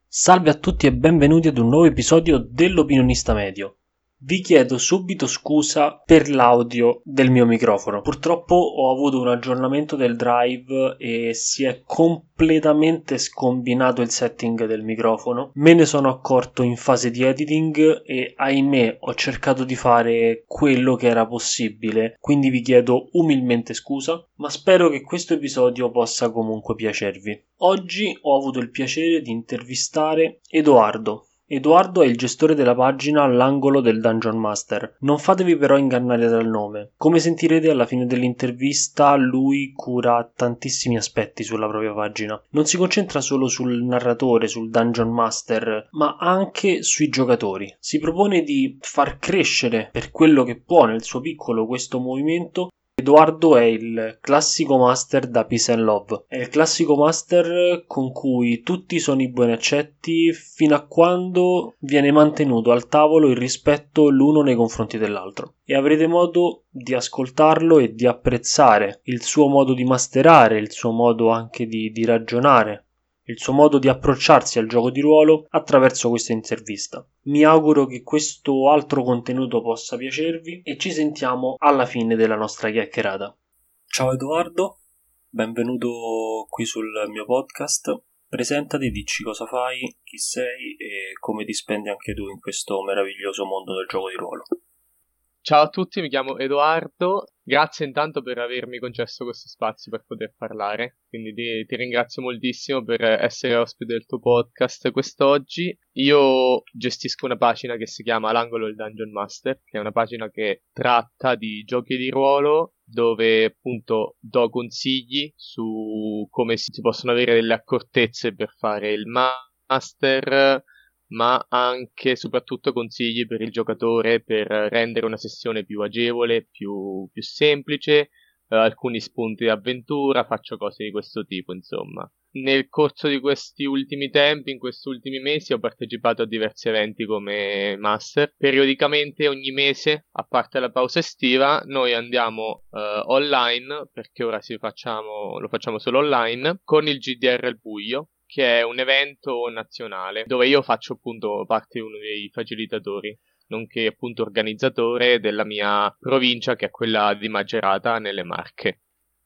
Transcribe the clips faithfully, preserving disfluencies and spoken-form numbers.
Salve a tutti e benvenuti ad un nuovo episodio dell'Opinionista Medio. Vi chiedo subito scusa per l'audio del mio microfono. Purtroppo ho avuto un aggiornamento del drive e si è completamente scombinato il setting del microfono. Me ne sono accorto in fase di editing e ahimè ho cercato di fare quello che era possibile, quindi vi chiedo umilmente scusa, ma spero che questo episodio possa comunque piacervi. Oggi ho avuto il piacere di intervistare Edoardo. Edoardo è il gestore della pagina L'Angolo del Dungeon Master. Non fatevi però ingannare dal nome. Come sentirete alla fine dell'intervista, lui cura tantissimi aspetti sulla propria pagina. Non si concentra solo sul narratore, sul Dungeon Master, ma anche sui giocatori. Si propone di far crescere per quello che può nel suo piccolo questo movimento. Edoardo è il classico master da Peace and Love, è il classico master con cui tutti sono i buoni accetti fino a quando viene mantenuto al tavolo il rispetto l'uno nei confronti dell'altro. E avrete modo di ascoltarlo e di apprezzare il suo modo di masterare, il suo modo anche di, di ragionare, il suo modo di approcciarsi al gioco di ruolo attraverso questa intervista. Mi auguro che questo altro contenuto possa piacervi e ci sentiamo alla fine della nostra chiacchierata. Ciao Edoardo, benvenuto qui sul mio podcast. Presentati, dici cosa fai, chi sei e come ti spendi anche tu in questo meraviglioso mondo del gioco di ruolo. Ciao a tutti, mi chiamo Edoardo, grazie intanto per avermi concesso questo spazio per poter parlare, quindi ti, ti ringrazio moltissimo per essere ospite del tuo podcast quest'oggi. Io gestisco una pagina che si chiama L'Angolo del Dungeon Master, che è una pagina che tratta di giochi di ruolo, dove appunto do consigli su come si possono avere delle accortezze per fare il master, ma anche e soprattutto consigli per il giocatore per rendere una sessione più agevole, più, più semplice, eh, alcuni spunti di avventura, faccio cose di questo tipo, insomma. Nel corso di questi ultimi tempi, in questi ultimi mesi, ho partecipato a diversi eventi come master. Periodicamente, ogni mese, a parte la pausa estiva, noi andiamo eh, online, perché ora si facciamo, lo facciamo solo online, con il G D R al buio, che è un evento nazionale dove io faccio appunto parte di uno dei facilitatori, nonché appunto organizzatore della mia provincia, che è quella di Macerata nelle Marche.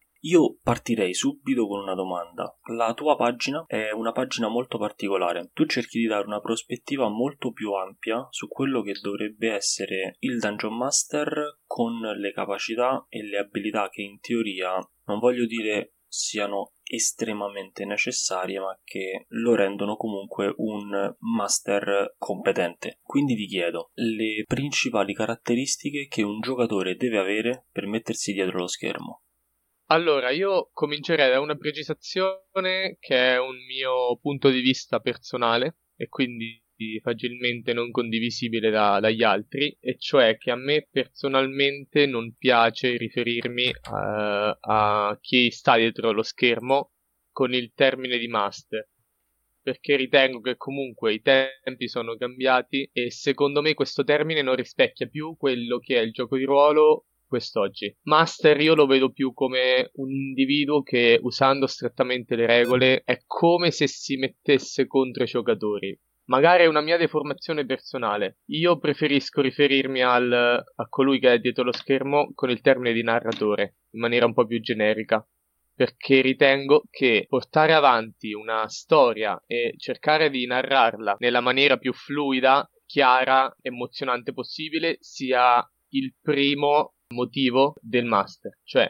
Io partirei subito con una domanda. La tua pagina è una pagina molto particolare. Tu cerchi di dare una prospettiva molto più ampia su quello che dovrebbe essere il Dungeon Master con le capacità e le abilità che in teoria, non voglio dire siano estremamente necessarie, ma che lo rendono comunque un master competente. Quindi ti chiedo le principali caratteristiche che un giocatore deve avere per mettersi dietro lo schermo. Allora, io comincerei da una precisazione che è un mio punto di vista personale e quindi facilmente non condivisibile da, dagli altri, e cioè che a me personalmente non piace riferirmi a, a chi sta dietro lo schermo con il termine di master, perché ritengo che comunque i tempi sono cambiati e secondo me questo termine non rispecchia più quello che è il gioco di ruolo quest'oggi. Master io lo vedo più come un individuo che, usando strettamente le regole, è come se si mettesse contro i giocatori. Magari è una mia deformazione personale. Io preferisco riferirmi al, a colui che è dietro lo schermo con il termine di narratore, in maniera un po' più generica, perché ritengo che portare avanti una storia e cercare di narrarla nella maniera più fluida, chiara, emozionante possibile sia il primo motivo del master. Cioè,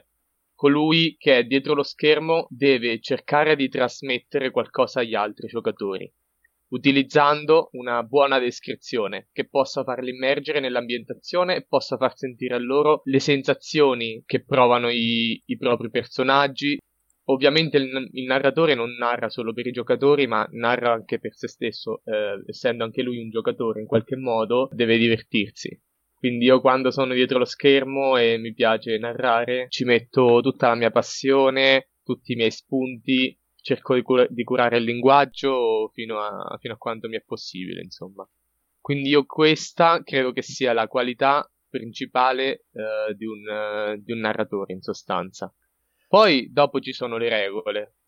colui che è dietro lo schermo deve cercare di trasmettere qualcosa agli altri giocatori, utilizzando una buona descrizione che possa farli immergere nell'ambientazione e possa far sentire a loro le sensazioni che provano i, i propri personaggi. Ovviamente il, il narratore non narra solo per i giocatori, ma narra anche per se stesso, eh, essendo anche lui un giocatore in qualche modo, deve divertirsi. Quindi io quando sono dietro lo schermo e mi piace narrare, ci metto tutta la mia passione, tutti i miei spunti, cerco di, cura- di curare il linguaggio fino a, fino a quanto mi è possibile, insomma. Quindi io questa credo che sia la qualità principale eh, di, un, uh, di un narratore, in sostanza. Poi dopo ci sono le regole.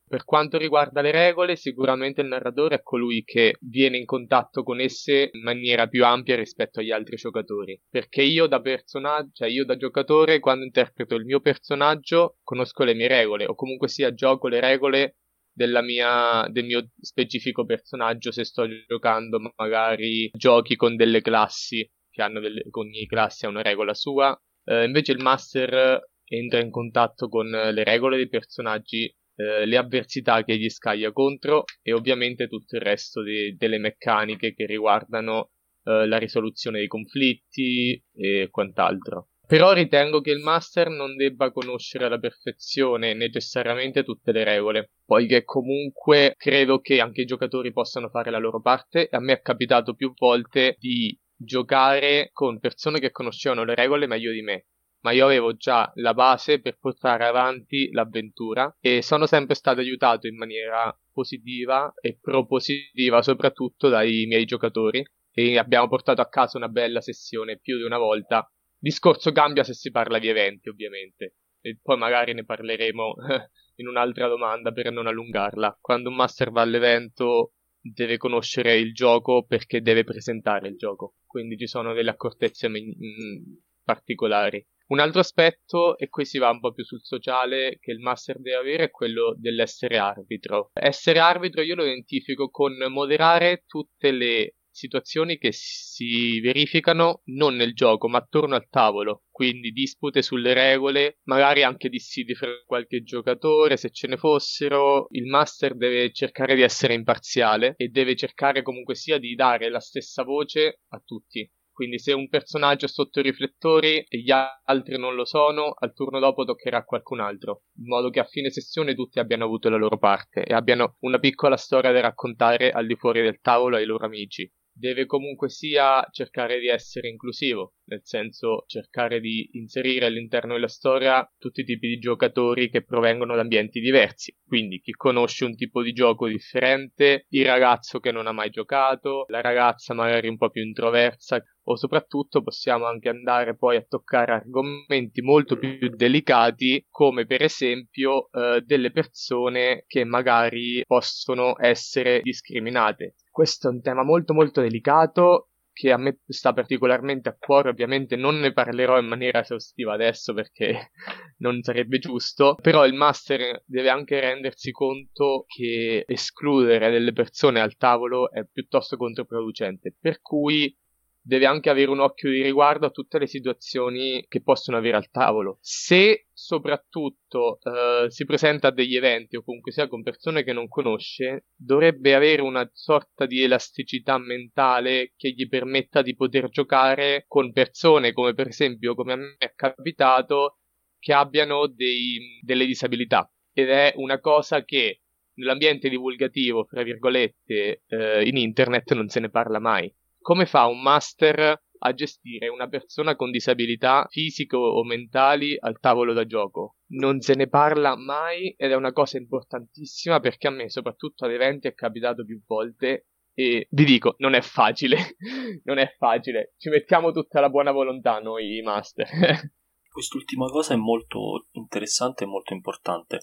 Per quanto riguarda le regole, sicuramente il narratore è colui che viene in contatto con esse in maniera più ampia rispetto agli altri giocatori. Perché io da personaggio, cioè io da giocatore, quando interpreto il mio personaggio, conosco le mie regole, o comunque sia gioco le regole della mia, del mio specifico personaggio se sto giocando magari giochi con delle classi, che hanno delle, con ogni classe ha una regola sua. Eh, invece il master entra in contatto con le regole dei personaggi, Eh, le avversità che gli scaglia contro e ovviamente tutto il resto di, delle meccaniche che riguardano eh, la risoluzione dei conflitti e quant'altro. Però ritengo che il master non debba conoscere alla perfezione necessariamente tutte le regole, poiché comunque credo che anche i giocatori possano fare la loro parte e a me è capitato più volte di giocare con persone che conoscevano le regole meglio di me, ma io avevo già la base per portare avanti l'avventura e sono sempre stato aiutato in maniera positiva e propositiva soprattutto dai miei giocatori e abbiamo portato a casa una bella sessione più di una volta. Discorso cambia se si parla di eventi, ovviamente, e poi magari ne parleremo in un'altra domanda per non allungarla. Quando un master va all'evento deve conoscere il gioco perché deve presentare il gioco, quindi ci sono delle accortezze m- particolari. Un altro aspetto, e qui si va un po' più sul sociale, che il master deve avere è quello dell'essere arbitro. Essere arbitro io lo identifico con moderare tutte le situazioni che si verificano non nel gioco ma attorno al tavolo, quindi dispute sulle regole, magari anche dissidi fra qualche giocatore se ce ne fossero. Il master deve cercare di essere imparziale e deve cercare comunque sia di dare la stessa voce a tutti. Quindi se un personaggio è sotto i riflettori e gli altri non lo sono, al turno dopo toccherà a qualcun altro, in modo che a fine sessione tutti abbiano avuto la loro parte e abbiano una piccola storia da raccontare al di fuori del tavolo ai loro amici. Deve comunque sia cercare di essere inclusivo, nel senso cercare di inserire all'interno della storia tutti i tipi di giocatori che provengono da ambienti diversi, quindi chi conosce un tipo di gioco differente, il ragazzo che non ha mai giocato, la ragazza magari un po' più introversa, o soprattutto possiamo anche andare poi a toccare argomenti molto più delicati come per esempio eh, delle persone che magari possono essere discriminate. Questo è un tema molto molto delicato che a me sta particolarmente a cuore, ovviamente non ne parlerò in maniera esaustiva adesso perché non sarebbe giusto, però il master deve anche rendersi conto che escludere delle persone al tavolo è piuttosto controproducente, per cui deve anche avere un occhio di riguardo a tutte le situazioni che possono avere al tavolo. Se soprattutto eh, si presenta a degli eventi o comunque sia con persone che non conosce, dovrebbe avere una sorta di elasticità mentale che gli permetta di poter giocare con persone come per esempio, come a me è capitato, che abbiano dei, delle disabilità. Ed è una cosa che nell'ambiente divulgativo, fra virgolette, eh, in internet non se ne parla mai. Come fa un master a gestire una persona con disabilità fisiche o mentali al tavolo da gioco? Non se ne parla mai ed è una cosa importantissima perché a me, soprattutto ad eventi, è capitato più volte e vi dico, non è facile, non è facile. Ci mettiamo tutta la buona volontà noi master. Quest'ultima cosa è molto interessante e molto importante.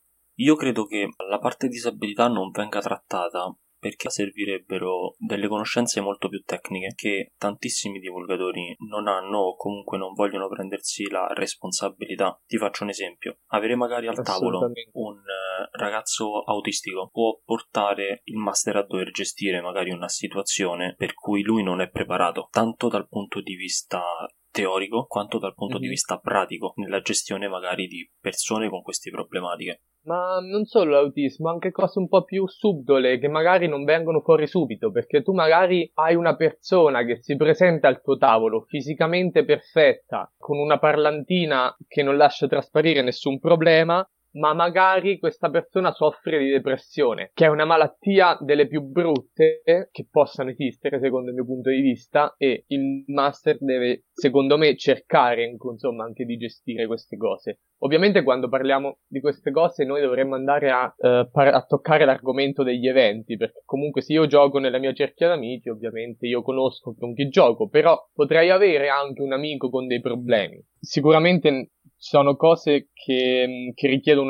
Io credo che la parte disabilità non venga trattata perché servirebbero delle conoscenze molto più tecniche che tantissimi divulgatori non hanno o comunque non vogliono prendersi la responsabilità. Ti faccio un esempio: avere magari al tavolo un ragazzo autistico può portare il master a dover gestire magari una situazione per cui lui non è preparato, tanto dal punto di vista teorico quanto dal punto mm-hmm. di vista pratico nella gestione magari di persone con queste problematiche. Ma non solo l'autismo, anche cose un po' più subdole che magari non vengono fuori subito, perché tu magari hai una persona che si presenta al tuo tavolo fisicamente perfetta, con una parlantina che non lascia trasparire nessun problema, ma magari questa persona soffre di depressione, che è una malattia delle più brutte che possano esistere secondo il mio punto di vista, e il master deve, secondo me, cercare insomma anche di gestire queste cose. Ovviamente quando parliamo di queste cose noi dovremmo andare a, uh, par- a toccare l'argomento degli eventi, perché comunque se io gioco nella mia cerchia d'amici ovviamente io conosco con chi gioco, però potrei avere anche un amico con dei problemi. Sicuramente sono cose che, che richiedono una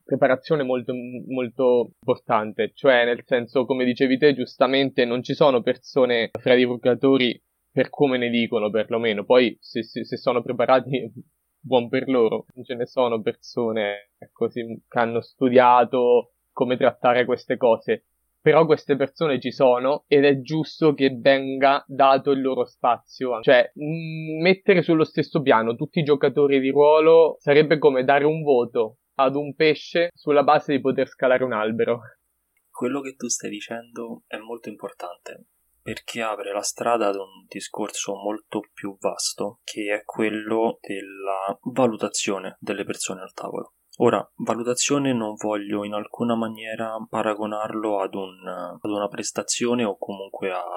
preparazione molto, molto importante, cioè nel senso, come dicevi te giustamente, non ci sono persone fra i giocatori per come ne dicono perlomeno, poi se, se, se sono preparati buon per loro, non ce ne sono persone così che hanno studiato come trattare queste cose. Però queste persone ci sono ed è giusto che venga dato il loro spazio. Cioè, mh, mettere sullo stesso piano tutti i giocatori di ruolo sarebbe come dare un voto ad un pesce sulla base di poter scalare un albero. Quello che tu stai dicendo è molto importante, perché apre la strada ad un discorso molto più vasto, che è quello della valutazione delle persone al tavolo. Ora, valutazione non voglio in alcuna maniera paragonarlo ad, un, ad una prestazione o comunque a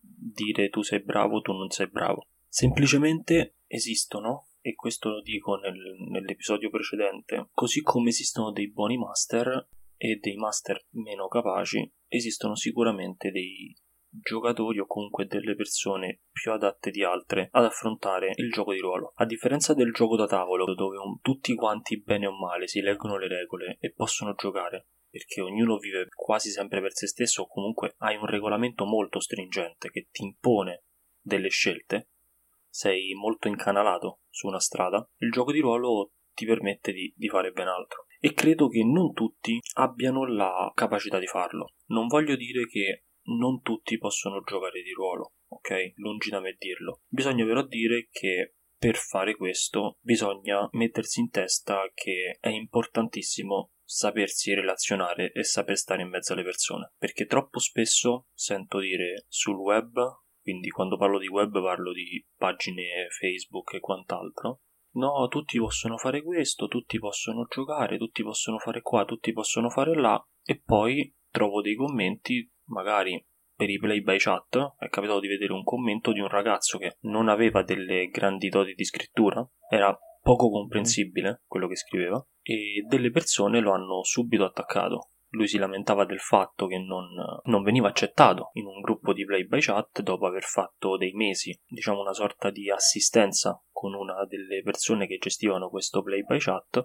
dire tu sei bravo, tu non sei bravo. Semplicemente esistono, e questo lo dico nel, nell'episodio precedente, così come esistono dei buoni master e dei master meno capaci, esistono sicuramente dei giocatori o comunque delle persone più adatte di altre ad affrontare il gioco di ruolo. A differenza del gioco da tavolo, dove un, tutti quanti bene o male si leggono le regole e possono giocare, perché ognuno vive quasi sempre per se stesso o comunque hai un regolamento molto stringente che ti impone delle scelte, sei molto incanalato su una strada, il gioco di ruolo ti permette di, di fare ben altro. E credo che non tutti abbiano la capacità di farlo. Non voglio dire che non tutti possono giocare di ruolo, ok? Lungi da me dirlo. Bisogna però dire che per fare questo bisogna mettersi in testa che è importantissimo sapersi relazionare e saper stare in mezzo alle persone, perché troppo spesso sento dire sul web, quindi quando parlo di web parlo di pagine Facebook e quant'altro, no, tutti possono fare questo, tutti possono giocare, tutti possono fare qua, tutti possono fare là, e poi trovo dei commenti magari per i play by chat. È capitato di vedere un commento di un ragazzo che non aveva delle grandi doti di scrittura, era poco comprensibile quello che scriveva, e delle persone lo hanno subito attaccato. Lui si lamentava del fatto che non, non veniva accettato in un gruppo di play by chat dopo aver fatto dei mesi, diciamo una sorta di assistenza con una delle persone che gestivano questo play by chat,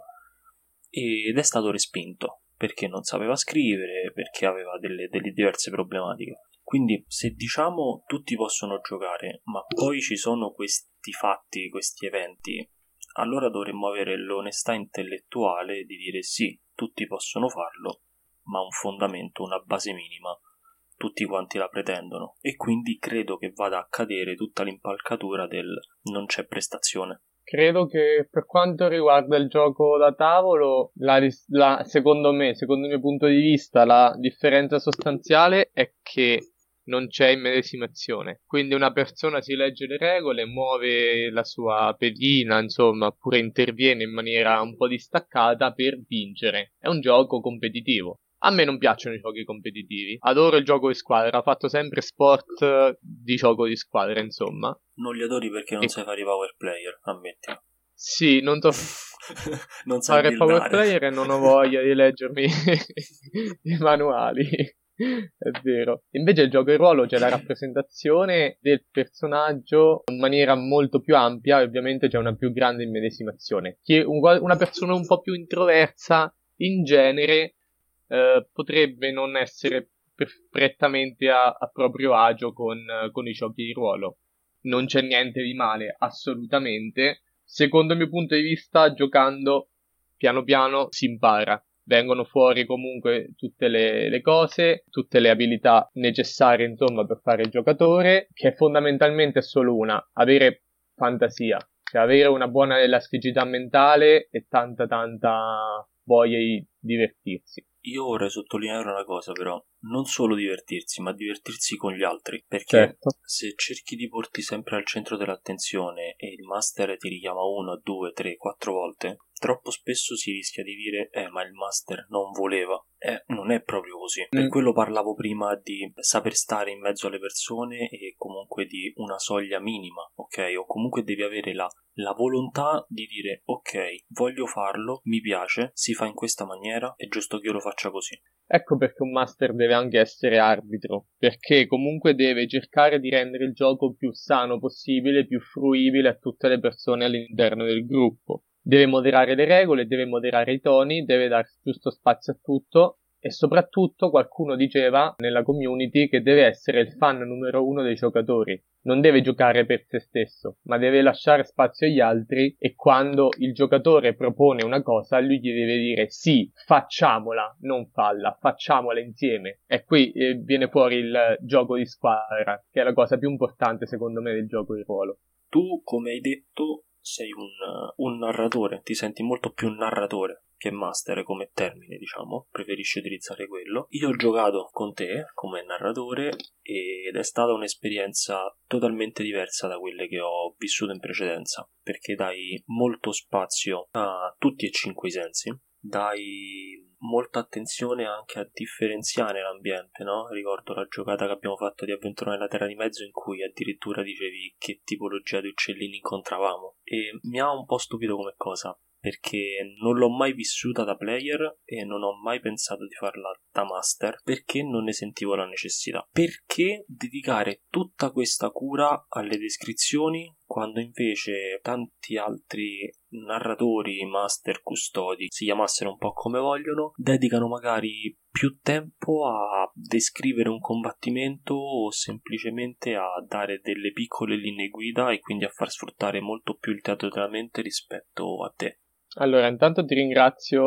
ed è stato respinto perché non sapeva scrivere, perché aveva delle, delle diverse problematiche. Quindi se diciamo tutti possono giocare, ma poi ci sono questi fatti, questi eventi, allora dovremmo avere l'onestà intellettuale di dire sì, tutti possono farlo, ma un fondamento, una base minima, tutti quanti la pretendono, e quindi credo che vada a cadere tutta l'impalcatura del non c'è prestazione. Credo che per quanto riguarda il gioco da tavolo, la, la, secondo me, secondo il mio punto di vista, la differenza sostanziale è che non c'è immedesimazione. Quindi una persona si legge le regole, muove la sua pedina, insomma, oppure interviene in maniera un po' distaccata per vincere. È un gioco competitivo. A me non piacciono i giochi competitivi, adoro il gioco di squadra, ho fatto sempre sport di gioco di squadra, insomma. Non li adori perché non e... sai fare i power player, ammetti. Sì, non so non sai fare power player e non ho voglia di leggermi i manuali, è vero. Invece il gioco di ruolo c'è la rappresentazione del personaggio in maniera molto più ampia e ovviamente c'è una più grande immedesimazione. Una persona un po' più introversa, in genere, Uh, potrebbe non essere per- prettamente a, a proprio agio con, uh, con i giochi di ruolo. Non c'è niente di male, assolutamente. Secondo il mio punto di vista, giocando piano piano si impara. Vengono fuori comunque tutte le, le cose, tutte le abilità necessarie, insomma, per fare il giocatore, che fondamentalmente è solo una: avere fantasia, cioè avere una buona elasticità mentale e tanta tanta voglia di divertirsi. Io vorrei sottolineare una cosa però, non solo divertirsi, ma divertirsi con gli altri, perché certo. Se cerchi di porti sempre al centro dell'attenzione e il master ti richiama una, due, tre, quattro volte, troppo spesso si rischia di dire eh ma il master non voleva. Eh, non è proprio così. Mm. Per quello parlavo prima di saper stare in mezzo alle persone e comunque di una soglia minima, ok? O comunque devi avere la, la volontà di dire ok, voglio farlo, mi piace, si fa in questa maniera, è giusto che io lo faccia così. Ecco perché un master deve anche essere arbitro, perché comunque deve cercare di rendere il gioco più sano possibile, più fruibile a tutte le persone all'interno del gruppo. deve moderare le regole, deve moderare i toni, deve dare giusto spazio a tutto. E soprattutto qualcuno diceva nella community che deve essere il fan numero uno dei giocatori. Non deve giocare per se stesso, ma deve lasciare spazio agli altri, e quando il giocatore propone una cosa, lui gli deve dire sì, facciamola, non falla, facciamola insieme. E qui eh, viene fuori il gioco di squadra, che è la cosa più importante secondo me del gioco di ruolo. Tu, come hai detto, sei un, un narratore, ti senti molto più narratore che master come termine, diciamo, preferisci utilizzare quello. Io ho giocato con te come narratore ed è stata un'esperienza totalmente diversa da quelle che ho vissuto in precedenza, perché dai molto spazio a tutti e cinque i sensi, dai molta attenzione anche a differenziare l'ambiente, no? Ricordo la giocata che abbiamo fatto di Avventura nella Terra di Mezzo in cui addirittura dicevi che tipologia di uccellini incontravamo, e mi ha un po' stupito come cosa, perché non l'ho mai vissuta da player e non ho mai pensato di farla da master, perché non ne sentivo la necessità. Perché dedicare tutta questa cura alle descrizioni quando invece tanti altri narratori, master, custodi, si chiamassero un po' come vogliono, dedicano magari più tempo a descrivere un combattimento o semplicemente a dare delle piccole linee guida e quindi a far sfruttare molto più il teatro della mente rispetto a te. Allora, intanto ti ringrazio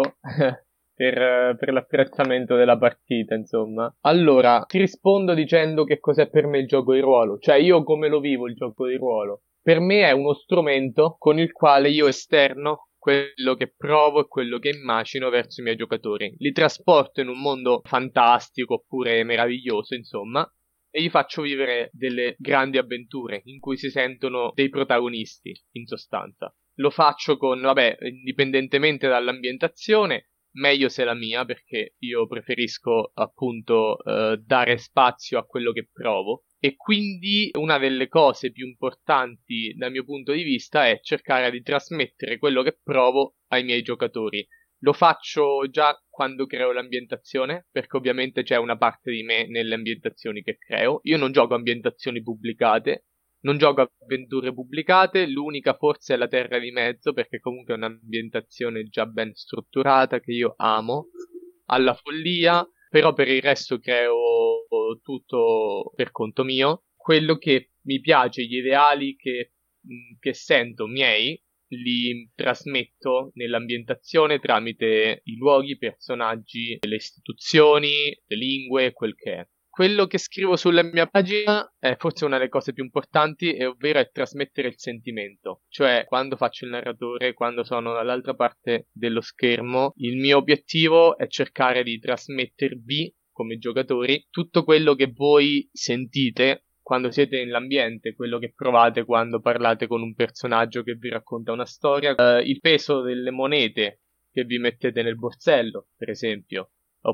per, per l'apprezzamento della partita, insomma. Allora, ti rispondo dicendo che cos'è per me il gioco di ruolo. Cioè, io come lo vivo il gioco di ruolo. Per me è uno strumento con il quale io esterno quello che provo e quello che immagino verso i miei giocatori. Li trasporto in un mondo fantastico oppure meraviglioso, insomma, e gli faccio vivere delle grandi avventure in cui si sentono dei protagonisti, in sostanza. Lo faccio con, vabbè, indipendentemente dall'ambientazione, meglio se la mia, perché io preferisco appunto eh, dare spazio a quello che provo. E quindi una delle cose più importanti dal mio punto di vista è cercare di trasmettere quello che provo ai miei giocatori. Lo faccio già quando creo l'ambientazione, perché ovviamente c'è una parte di me nelle ambientazioni che creo. Io non gioco ambientazioni pubblicate, non gioco avventure pubblicate, l'unica forse è la Terra di Mezzo, perché comunque è un'ambientazione già ben strutturata che io amo alla follia, però per il resto creo tutto per conto mio. Quello che mi piace, gli ideali che, che sento miei, li trasmetto nell'ambientazione tramite i luoghi, i personaggi, le istituzioni, le lingue, quel che è. Quello che scrivo sulla mia pagina è forse una delle cose più importanti, e ovvero è trasmettere il sentimento. Cioè, quando faccio il narratore, quando sono dall'altra parte dello schermo, il mio obiettivo è cercare di trasmettervi, come giocatori, tutto quello che voi sentite quando siete nell'ambiente, quello che provate quando parlate con un personaggio che vi racconta una storia, eh, il peso delle monete che vi mettete nel borsello, per esempio.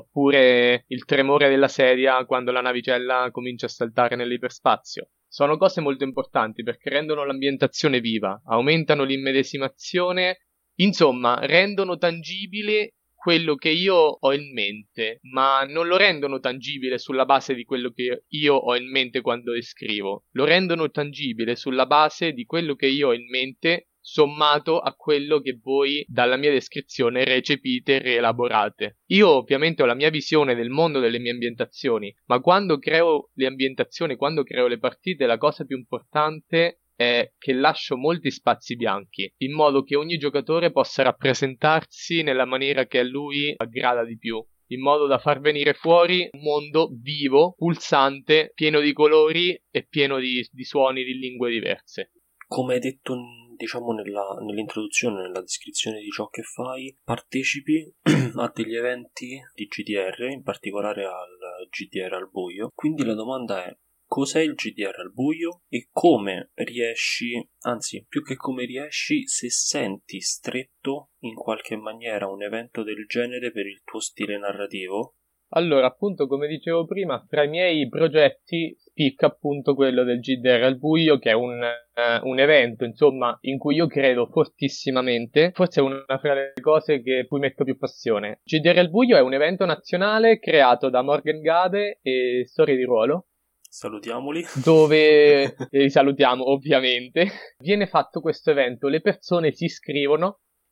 Oppure il tremore della sedia quando la navicella comincia a saltare nell'iperspazio. Sono cose molto importanti perché rendono l'ambientazione viva, aumentano l'immedesimazione, insomma, rendono tangibile quello che io ho in mente, ma non lo rendono tangibile sulla base di quello che io ho in mente quando scrivo. Lo rendono tangibile sulla base di quello che io ho in mente sommato a quello che voi dalla mia descrizione recepite e rielaborate. Io ovviamente ho la mia visione del mondo, delle mie ambientazioni, ma quando creo le ambientazioni, quando creo le partite, la cosa più importante è che lascio molti spazi bianchi, in modo che ogni giocatore possa rappresentarsi nella maniera che a lui aggrada di più, in modo da far venire fuori un mondo vivo, pulsante, pieno di colori e pieno di, di suoni di lingue diverse. Come hai detto, diciamo, nella, nell'introduzione, nella descrizione di ciò che fai, partecipi a degli eventi di G D R, in particolare al G D R al buio. Quindi la domanda è: cos'è il G D R al buio e come riesci, anzi, più che come riesci, se senti stretto in qualche maniera un evento del genere per il tuo stile narrativo? Allora, appunto, come dicevo prima, tra i miei progetti spicca appunto quello del G D R al buio, che è un, uh, un evento, insomma, in cui io credo fortissimamente. Forse è una fra le cose che cui metto più passione. G D R al buio è un evento nazionale creato da Morgan Gade e Storie di Ruolo. Salutiamoli. Dove li salutiamo, ovviamente. Viene fatto questo evento, le persone si iscrivono,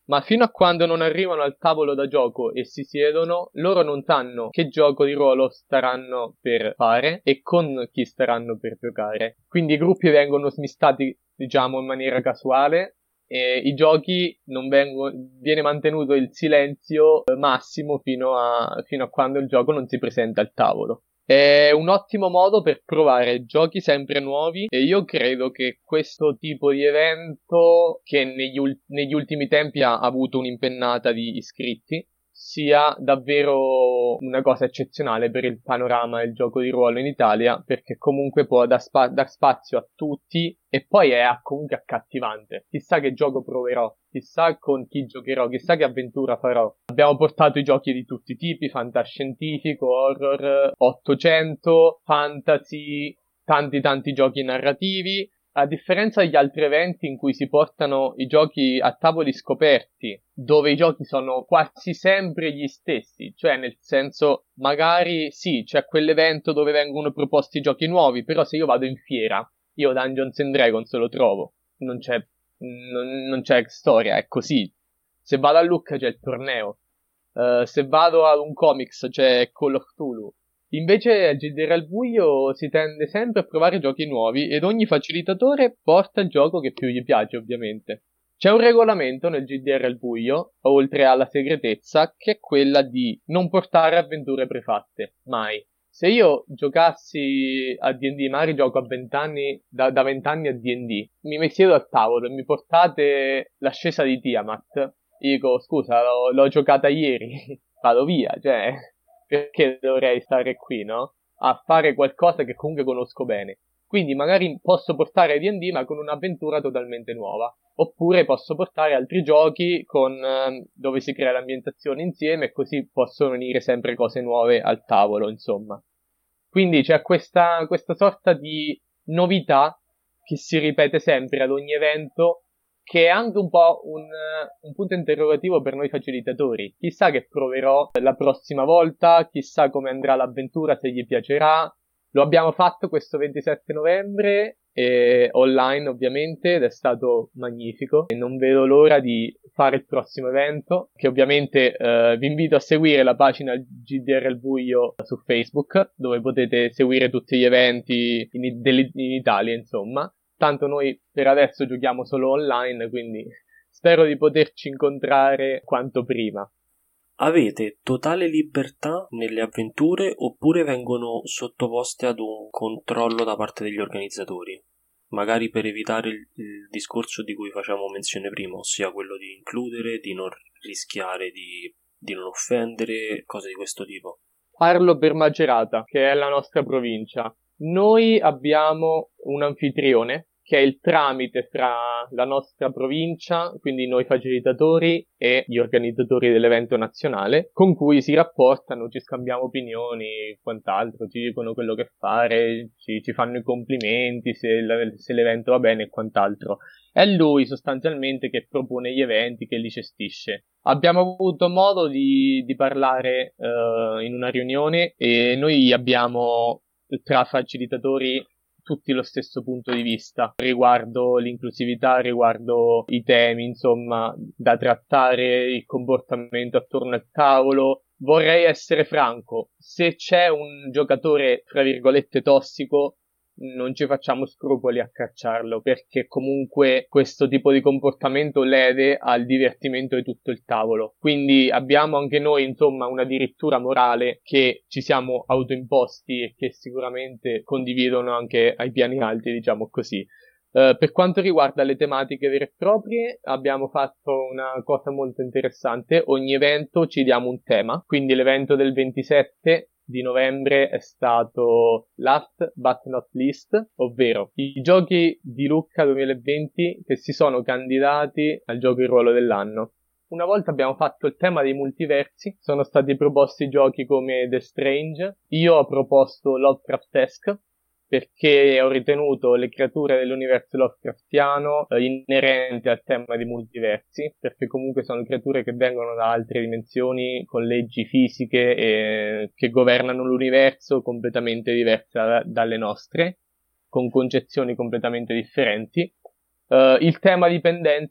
ma fino a quando non arrivano al tavolo da gioco e si siedono, loro non sanno che gioco di ruolo staranno per fare e con chi staranno per giocare. Quindi i gruppi vengono smistati, diciamo, in maniera casuale e i giochi non vengono, viene mantenuto il silenzio massimo fino a, fino a quando il gioco non si presenta al tavolo. È un ottimo modo per provare giochi sempre nuovi e io credo che questo tipo di evento, che negli, ul- negli ultimi tempi ha avuto un'impennata di iscritti, sia davvero una cosa eccezionale per il panorama del gioco di ruolo in Italia, perché comunque può dar, spa- dar spazio a tutti e poi è comunque accattivante. Chissà che gioco proverò, chissà con chi giocherò, chissà che avventura farò. Abbiamo portato i giochi di tutti i tipi, fantascientifico, horror, ottocento, fantasy, tanti tanti giochi narrativi. A differenza degli altri eventi in cui si portano i giochi a tavoli scoperti, dove i giochi sono quasi sempre gli stessi, cioè nel senso, magari sì, c'è quell'evento dove vengono proposti giochi nuovi, però se io vado in fiera, io Dungeons and Dragons lo trovo, non c'è, non, non c'è storia, è così. Se vado a Lucca c'è il torneo, uh, se vado ad un comics c'è Call of Cthulhu. Invece al G D R al buio si tende sempre a provare giochi nuovi ed ogni facilitatore porta il gioco che più gli piace, ovviamente. C'è un regolamento nel G D R al buio, oltre alla segretezza, che è quella di non portare avventure prefatte, mai. Se io giocassi a D and D, magari gioco a vent'anni, da, da vent'anni a D and D, mi, mi siedo al tavolo e mi portate l'ascesa di Tiamat, dico scusa, l'ho, l'ho giocata ieri, vado via, cioè... perché dovrei stare qui, no? A fare qualcosa che comunque conosco bene. Quindi magari posso portare D and D ma con un'avventura totalmente nuova. Oppure posso portare altri giochi con, eh, dove si crea l'ambientazione insieme e così possono venire sempre cose nuove al tavolo, insomma. Quindi c'è questa, questa sorta di novità che si ripete sempre ad ogni evento, che è anche un po' un, un punto interrogativo per noi facilitatori. Chissà che proverò la prossima volta, chissà come andrà l'avventura, se gli piacerà. Lo abbiamo fatto questo ventisette novembre, e online ovviamente, ed è stato magnifico. E non vedo l'ora di fare il prossimo evento, che ovviamente eh, vi invito a seguire la pagina G D R al buio su Facebook, dove potete seguire tutti gli eventi in, in Italia, insomma. Tanto noi per adesso giochiamo solo online, quindi spero di poterci incontrare quanto prima. Avete totale libertà nelle avventure oppure vengono sottoposte ad un controllo da parte degli organizzatori? Magari per evitare il, il discorso di cui facevamo menzione prima, ossia quello di includere, di non rischiare di, di non offendere, cose di questo tipo. Parlo per Macerata, che è la nostra provincia. Noi abbiamo un anfitrione, che è il tramite fra la nostra provincia, quindi noi facilitatori e gli organizzatori dell'evento nazionale, con cui si rapportano, ci scambiamo opinioni e quant'altro, ci dicono quello che fare, ci, ci fanno i complimenti se, se l'evento va bene e quant'altro. È lui sostanzialmente che propone gli eventi, che li gestisce. Abbiamo avuto modo di, di parlare uh, in una riunione e noi abbiamo tra facilitatori tutti lo stesso punto di vista riguardo l'inclusività, riguardo i temi, insomma, da trattare, il comportamento attorno al tavolo. Vorrei essere franco, se c'è un giocatore, tra virgolette, tossico, non ci facciamo scrupoli a cacciarlo, perché comunque questo tipo di comportamento lede al divertimento di tutto il tavolo. Quindi abbiamo anche noi, insomma, una dirittura morale che ci siamo autoimposti e che sicuramente condividono anche ai piani alti, diciamo così. Uh, per quanto riguarda le tematiche vere e proprie, abbiamo fatto una cosa molto interessante. Ogni evento ci diamo un tema, quindi l'evento del ventisette di novembre è stato Last but not least, ovvero i giochi di Lucca duemilaventi che si sono candidati al gioco di ruolo dell'anno. Una volta abbiamo fatto il tema dei multiversi, sono stati proposti giochi come The Strange, io ho proposto Lovecraftesque, perché ho ritenuto le creature dell'universo Lovecraftiano eh, inerenti al tema di multiversi, perché comunque sono creature che vengono da altre dimensioni con leggi fisiche e che governano l'universo completamente diverse da, dalle nostre, con concezioni completamente differenti. Uh, il tema dipendenze,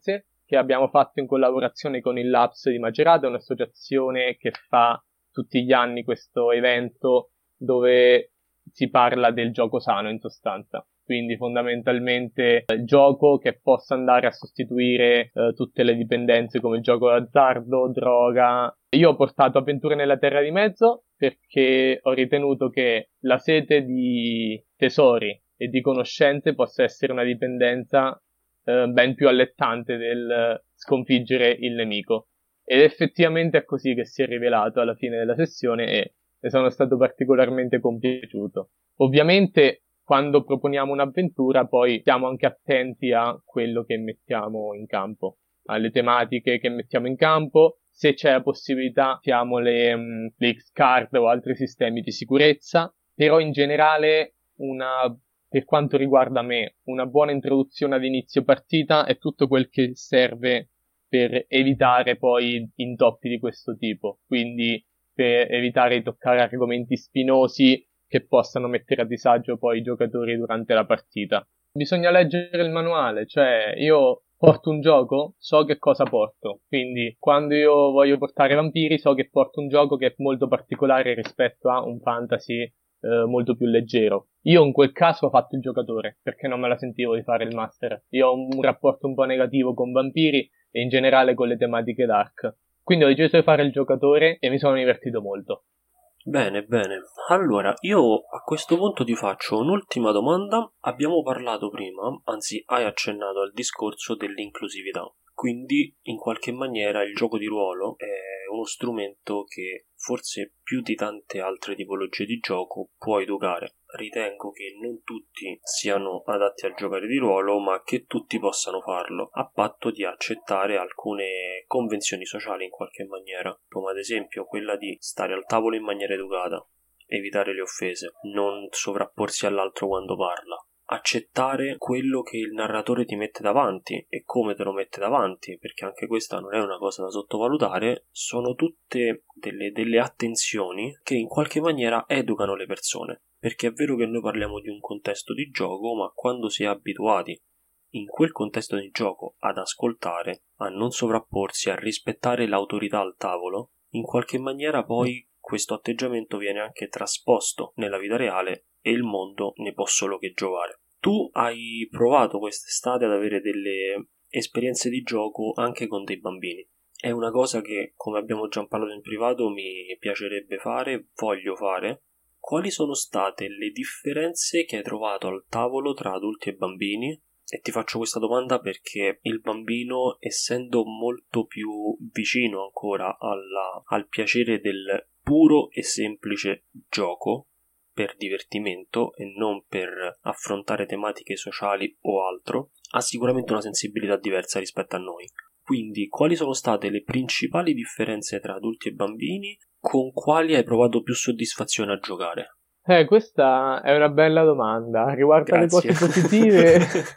che abbiamo fatto in collaborazione con il Labs di Macerata, un'associazione che fa tutti gli anni questo evento dove si parla del gioco sano in sostanza. Quindi fondamentalmente il gioco che possa andare a sostituire eh, tutte le dipendenze come il gioco d'azzardo, droga. Io ho portato Avventure nella Terra di Mezzo perché ho ritenuto che la sete di tesori e di conoscenze possa essere una dipendenza eh, ben più allettante del sconfiggere il nemico. Ed effettivamente è così che si è rivelato alla fine della sessione e ne sono stato particolarmente compiaciuto. Ovviamente quando proponiamo un'avventura poi siamo anche attenti a quello che mettiamo in campo, alle tematiche che mettiamo in campo. Se c'è la possibilità usiamo le, um, le X-Card o altri sistemi di sicurezza, però in generale una, per quanto riguarda me, una buona introduzione ad inizio partita è tutto quel che serve per evitare poi intoppi di questo tipo, quindi per evitare di toccare argomenti spinosi che possano mettere a disagio poi i giocatori durante la partita. Bisogna leggere il manuale, cioè io porto un gioco, so che cosa porto, quindi quando io voglio portare vampiri so che porto un gioco che è molto particolare rispetto a un fantasy eh, molto più leggero. Io in quel caso ho fatto il giocatore, perché non me la sentivo di fare il master. Io ho un rapporto un po' negativo con vampiri e in generale con le tematiche dark. Quindi ho deciso di fare il giocatore e mi sono divertito molto. Bene, bene. Allora, io a questo punto ti faccio un'ultima domanda. Abbiamo parlato prima, anzi hai accennato al discorso dell'inclusività. Quindi, in qualche maniera, il gioco di ruolo è uno strumento che forse più di tante altre tipologie di gioco può educare. Ritengo che non tutti siano adatti al giocare di ruolo, ma che tutti possano farlo, a patto di accettare alcune convenzioni sociali in qualche maniera, come ad esempio quella di stare al tavolo in maniera educata, evitare le offese, non sovrapporsi all'altro quando parla, accettare quello che il narratore ti mette davanti e come te lo mette davanti, perché anche questa non è una cosa da sottovalutare. Sono tutte delle, delle attenzioni che in qualche maniera educano le persone, perché è vero che noi parliamo di un contesto di gioco, ma quando si è abituati in quel contesto di gioco ad ascoltare, a non sovrapporsi, a rispettare l'autorità al tavolo, in qualche maniera poi questo atteggiamento viene anche trasposto nella vita reale e il mondo ne può solo che giovare. Tu hai provato quest'estate ad avere delle esperienze di gioco anche con dei bambini. È una cosa che, come abbiamo già parlato in privato, mi piacerebbe fare, voglio fare. Quali sono state le differenze che hai trovato al tavolo tra adulti e bambini? E ti faccio questa domanda perché il bambino, essendo molto più vicino ancora alla, al piacere del puro e semplice gioco, per divertimento e non per affrontare tematiche sociali o altro, ha sicuramente una sensibilità diversa rispetto a noi. Quindi, quali sono state le principali differenze tra adulti e bambini? Con quali hai provato più soddisfazione a giocare? Eh, questa è una bella domanda. Riguardo alle Grazie. cose positive,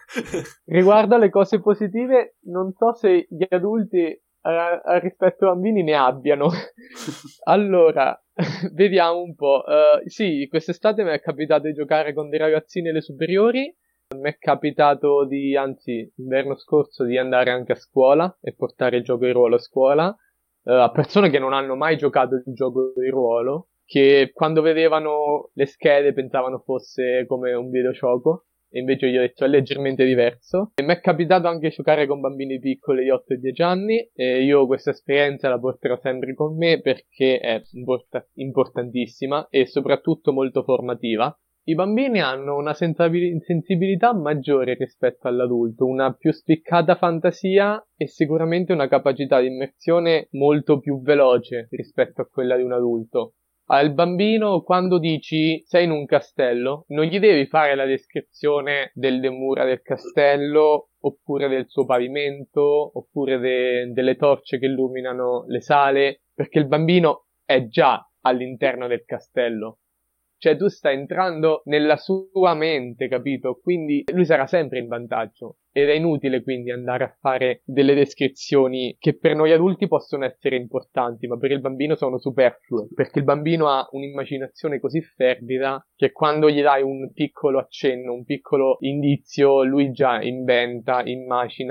riguardo alle cose positive, non so se gli adulti eh, rispetto ai bambini ne abbiano. Allora, vediamo un po'. Uh, sì, quest'estate mi è capitato di giocare con dei ragazzini alle superiori. Mi è capitato di, anzi, l'inverno scorso, di andare anche a scuola e portare il gioco di ruolo a scuola uh, a persone che non hanno mai giocato il gioco di ruolo, che quando vedevano le schede pensavano fosse come un videogioco, e invece io ho detto è leggermente diverso. E mi è capitato anche giocare con bambini piccoli di otto e dieci anni, e io questa esperienza la porterò sempre con me perché è import- importantissima e soprattutto molto formativa. I bambini hanno una sensibilità maggiore rispetto all'adulto, una più spiccata fantasia e sicuramente una capacità di immersione molto più veloce rispetto a quella di un adulto. Al bambino, quando dici sei in un castello, non gli devi fare la descrizione delle mura del castello, oppure del suo pavimento, oppure de- delle torce che illuminano le sale, perché il bambino è già all'interno del castello. Cioè tu stai entrando nella sua mente, capito? Quindi lui sarà sempre in vantaggio. Ed è inutile quindi andare a fare delle descrizioni che per noi adulti possono essere importanti, ma per il bambino sono superflue. Perché il bambino ha un'immaginazione così fervida che quando gli dai un piccolo accenno, un piccolo indizio, lui già inventa, immagina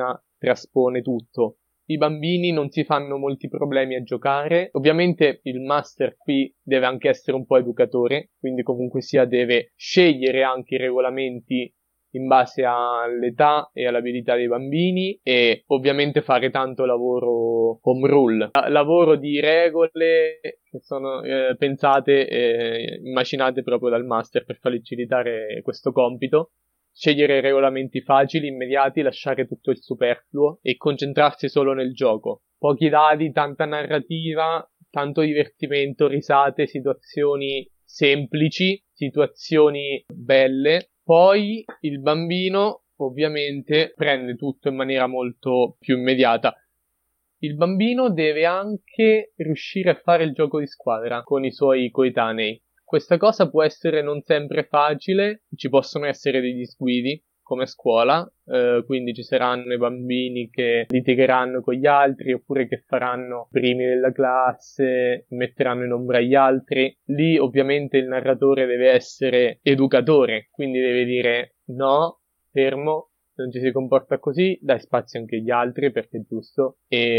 traspone tutto. I bambini non si fanno molti problemi a giocare. Ovviamente il master qui deve anche essere un po' educatore, quindi comunque sia deve scegliere anche i regolamenti in base all'età e all'abilità dei bambini e ovviamente fare tanto lavoro home rule, lavoro di regole che sono eh, pensate e immaginate proprio dal master per facilitare questo compito. Scegliere regolamenti facili, immediati, lasciare tutto il superfluo e concentrarsi solo nel gioco. Pochi dadi, tanta narrativa, tanto divertimento, risate, situazioni semplici, situazioni belle. Poi il bambino ovviamente prende tutto in maniera molto più immediata. Il bambino deve anche riuscire a fare il gioco di squadra con i suoi coetanei. Questa cosa può essere non sempre facile, ci possono essere degli sguidi come a scuola, eh, quindi ci saranno i bambini che litigheranno con gli altri oppure che faranno primi della classe, metteranno in ombra gli altri. Lì ovviamente il narratore deve essere educatore, quindi deve dire no, fermo, non ci si comporta così, dai spazio anche agli altri perché è giusto.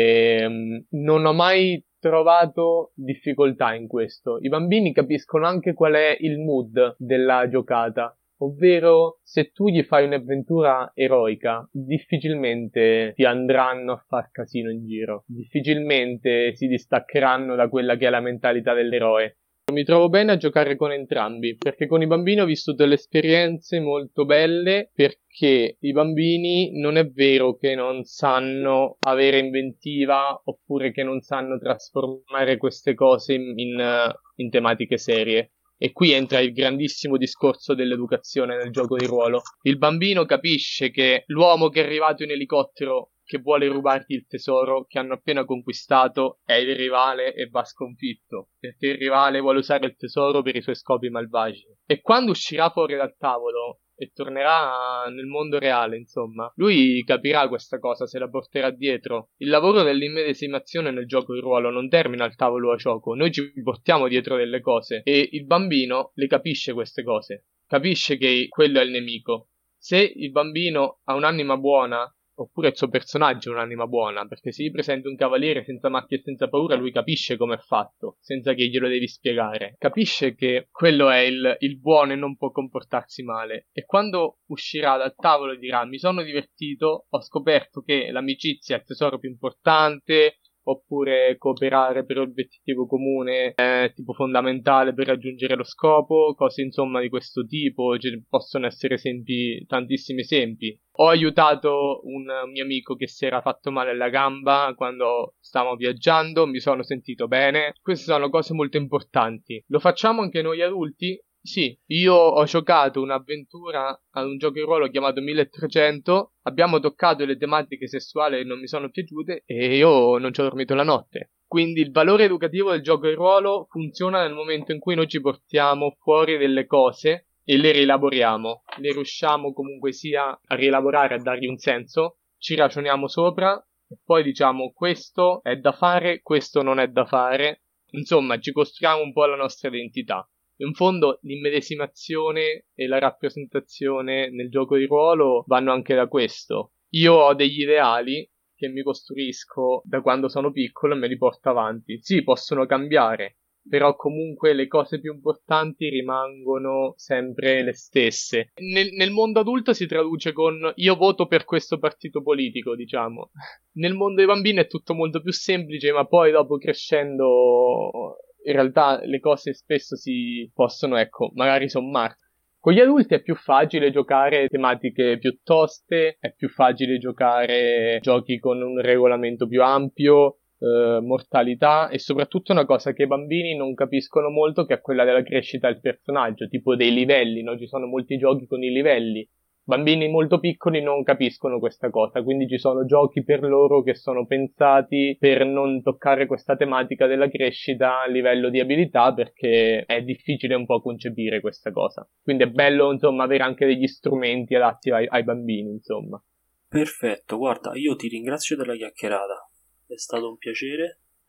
E um, non ho mai trovato difficoltà in questo. I bambini capiscono anche qual è il mood della giocata. Ovvero, se tu gli fai un'avventura eroica, difficilmente ti andranno a far casino in giro. Difficilmente si distaccheranno da quella che è la mentalità dell'eroe. Mi trovo bene a giocare con entrambi, perché con i bambini ho vissuto delle esperienze molto belle, perché i bambini non è vero che non sanno avere inventiva, oppure che non sanno trasformare queste cose in, in, in tematiche serie. E qui entra il grandissimo discorso dell'educazione nel gioco di ruolo. Il bambino capisce che l'uomo che è arrivato in elicottero che vuole rubarti il tesoro che hanno appena conquistato è il rivale e va sconfitto, perché il rivale vuole usare il tesoro per i suoi scopi malvagi. E quando uscirà fuori dal tavolo e tornerà nel mondo reale, insomma, lui capirà questa cosa, se la porterà dietro. Il lavoro dell'immedesimazione nel gioco di ruolo non termina al tavolo a gioco, noi ci portiamo dietro delle cose e il bambino le capisce queste cose, capisce che quello è il nemico. Se il bambino ha un'anima buona, oppure il suo personaggio è un'anima buona, perché se gli presenti un cavaliere senza macchie e senza paura, lui capisce come è fatto, senza che glielo devi spiegare. Capisce che quello è il, il buono e non può comportarsi male. E quando uscirà dal tavolo dirà: mi sono divertito, ho scoperto che l'amicizia è il tesoro più importante, oppure cooperare per l'obiettivo comune è tipo fondamentale per raggiungere lo scopo, cose insomma di questo tipo. Ci possono essere esempi, tantissimi esempi. Ho aiutato un mio amico che si era fatto male alla gamba quando stavamo viaggiando, mi sono sentito bene. Queste sono cose molto importanti. Lo facciamo anche noi adulti? Sì, io ho giocato un'avventura ad un gioco di ruolo chiamato milletrecento, abbiamo toccato le tematiche sessuali che non mi sono piaciute e io non ci ho dormito la notte. Quindi il valore educativo del gioco di ruolo funziona nel momento in cui noi ci portiamo fuori delle cose e le rielaboriamo, le riusciamo comunque sia a rielaborare, a dargli un senso, ci ragioniamo sopra e poi diciamo questo è da fare, questo non è da fare, insomma ci costruiamo un po' la nostra identità. In fondo l'immedesimazione e la rappresentazione nel gioco di ruolo vanno anche da questo. Io ho degli ideali che mi costruisco da quando sono piccolo e me li porto avanti. Sì, possono cambiare, però comunque le cose più importanti rimangono sempre le stesse. Nel, nel mondo adulto si traduce con io voto per questo partito politico, diciamo. Nel mondo dei bambini è tutto molto più semplice, ma poi dopo crescendo in realtà le cose spesso si possono, ecco, magari sommare. Con gli adulti è più facile giocare tematiche più toste, è più facile giocare giochi con un regolamento più ampio, eh, mortalità e soprattutto una cosa che i bambini non capiscono molto, che è quella della crescita del personaggio, tipo dei livelli, no? Ci sono molti giochi con i livelli. Bambini molto piccoli non capiscono questa cosa, quindi ci sono giochi per loro che sono pensati per non toccare questa tematica della crescita a livello di abilità, perché è difficile un po' concepire questa cosa. Quindi è bello, insomma, avere anche degli strumenti adatti ai, ai bambini, insomma. Perfetto, guarda, io ti ringrazio della chiacchierata, è stato un piacere.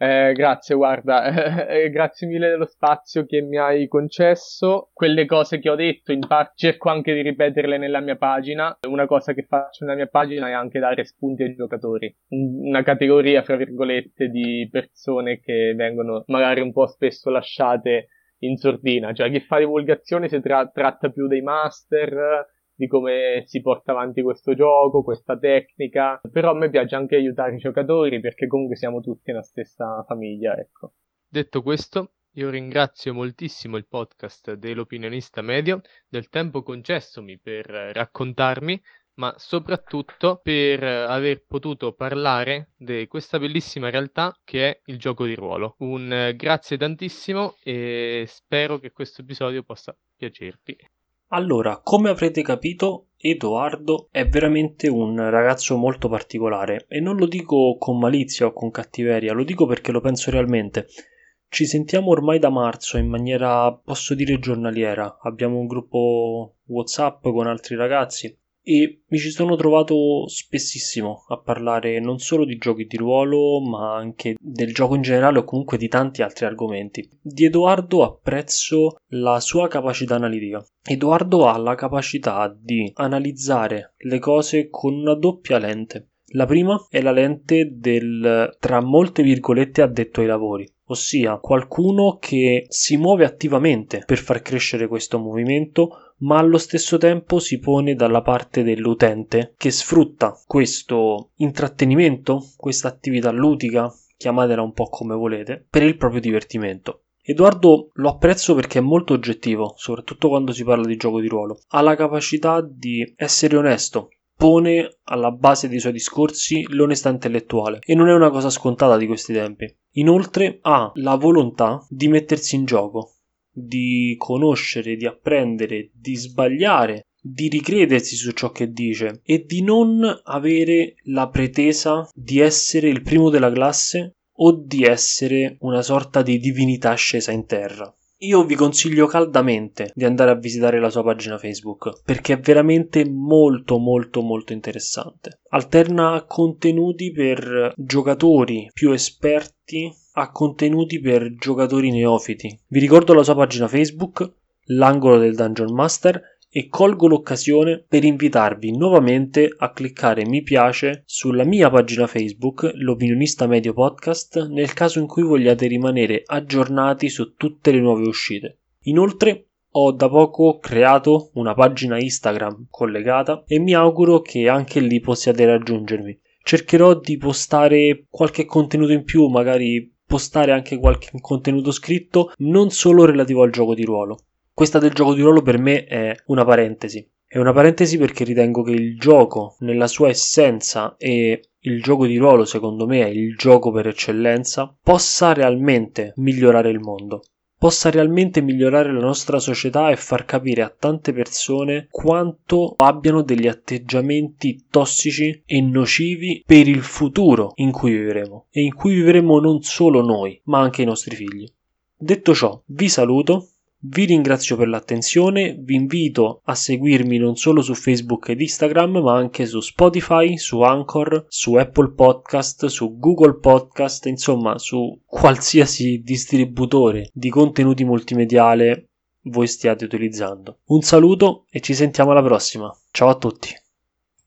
Eh, grazie, guarda, eh, grazie mille dello spazio che mi hai concesso. Quelle cose che ho detto, in parte cerco anche di ripeterle nella mia pagina. Una cosa che faccio nella mia pagina è anche dare spunti ai giocatori. Una categoria, fra virgolette, di persone che vengono magari un po' spesso lasciate in sordina. Cioè, chi fa divulgazione si tra- tratta più dei master, di come si porta avanti questo gioco, questa tecnica, però a me piace anche aiutare i giocatori perché comunque siamo tutti nella stessa famiglia, ecco. Detto questo, io ringrazio moltissimo il podcast dell'Opinionista Medio del tempo concessomi per raccontarmi, ma soprattutto per aver potuto parlare di questa bellissima realtà che è il gioco di ruolo. Un grazie tantissimo e spero che questo episodio possa piacervi. Allora, come avrete capito, Edoardo è veramente un ragazzo molto particolare e non lo dico con malizia o con cattiveria, lo dico perché lo penso realmente. Ci sentiamo ormai da marzo in maniera, posso dire, giornaliera. Abbiamo un gruppo WhatsApp con altri ragazzi e mi ci sono trovato spessissimo a parlare non solo di giochi di ruolo, ma anche del gioco in generale o comunque di tanti altri argomenti. Di Edoardo apprezzo la sua capacità analitica. Edoardo ha la capacità di analizzare le cose con una doppia lente. La prima è la lente del, tra molte virgolette, addetto ai lavori, ossia qualcuno che si muove attivamente per far crescere questo movimento, ma allo stesso tempo si pone dalla parte dell'utente che sfrutta questo intrattenimento, questa attività ludica, chiamatela un po' come volete, per il proprio divertimento. Edoardo lo apprezzo perché è molto oggettivo, soprattutto quando si parla di gioco di ruolo. Ha la capacità di essere onesto, pone alla base dei suoi discorsi l'onestà intellettuale e non è una cosa scontata di questi tempi. Inoltre ha la volontà di mettersi in gioco, di conoscere, di apprendere, di sbagliare, di ricredersi su ciò che dice e di non avere la pretesa di essere il primo della classe o di essere una sorta di divinità scesa in terra. Io vi consiglio caldamente di andare a visitare la sua pagina Facebook perché è veramente molto molto molto interessante. Alterna contenuti per giocatori più esperti a contenuti per giocatori neofiti. Vi ricordo la sua pagina Facebook, l'angolo del Dungeon Master, e colgo l'occasione per invitarvi nuovamente a cliccare mi piace sulla mia pagina Facebook, l'Opinionista Medio Podcast, nel caso in cui vogliate rimanere aggiornati su tutte le nuove uscite. Inoltre ho da poco creato una pagina Instagram collegata e mi auguro che anche lì possiate raggiungermi. Cercherò di postare qualche contenuto in più, magari postare anche qualche contenuto scritto, non solo relativo al gioco di ruolo. Questa del gioco di ruolo per me è una parentesi. È una parentesi perché ritengo che il gioco nella sua essenza, e il gioco di ruolo secondo me è il gioco per eccellenza, possa realmente migliorare il mondo. Possa realmente migliorare la nostra società e far capire a tante persone quanto abbiano degli atteggiamenti tossici e nocivi per il futuro in cui vivremo. E in cui vivremo non solo noi, ma anche i nostri figli. Detto ciò, vi saluto. Vi ringrazio per l'attenzione, vi invito a seguirmi non solo su Facebook ed Instagram, ma anche su Spotify, su Anchor, su Apple Podcast, su Google Podcast, insomma su qualsiasi distributore di contenuti multimediale voi stiate utilizzando. Un saluto e ci sentiamo alla prossima. Ciao a tutti!